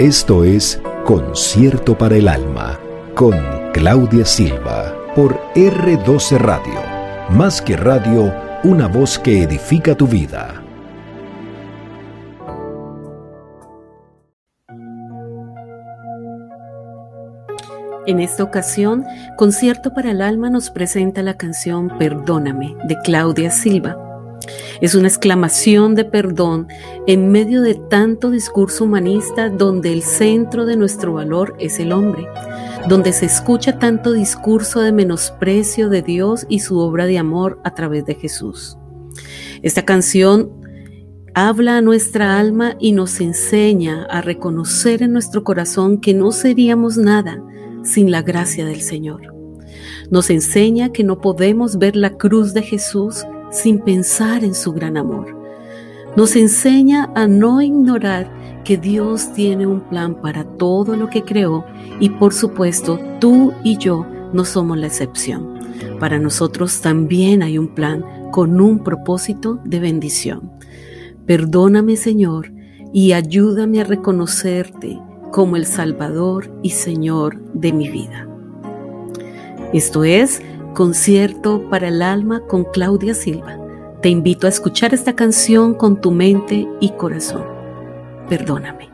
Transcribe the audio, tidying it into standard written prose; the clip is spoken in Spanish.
Esto es Concierto para el Alma, con Claudia Silva, por R12 Radio. Más que radio, una voz que edifica tu vida. En esta ocasión, Concierto para el Alma nos presenta la canción Perdóname, de Claudia Silva. Es una exclamación de perdón en medio de tanto discurso humanista donde el centro de nuestro valor es el hombre, donde se escucha tanto discurso de menosprecio de Dios y su obra de amor a través de Jesús. Esta canción habla a nuestra alma y nos enseña a reconocer en nuestro corazón que no seríamos nada sin la gracia del Señor. Nos enseña que no podemos ver la cruz de Jesús sin pensar en su gran amor. Nos enseña a no ignorar que Dios tiene un plan para todo lo que creó y por supuesto tú y yo no somos la excepción. Para nosotros también hay un plan con un propósito de bendición. Perdóname, Señor, y ayúdame a reconocerte como el Salvador y Señor de mi vida. Esto es Concierto para el Alma con Claudia Silva. Te invito a escuchar esta canción con tu mente y corazón. Perdóname.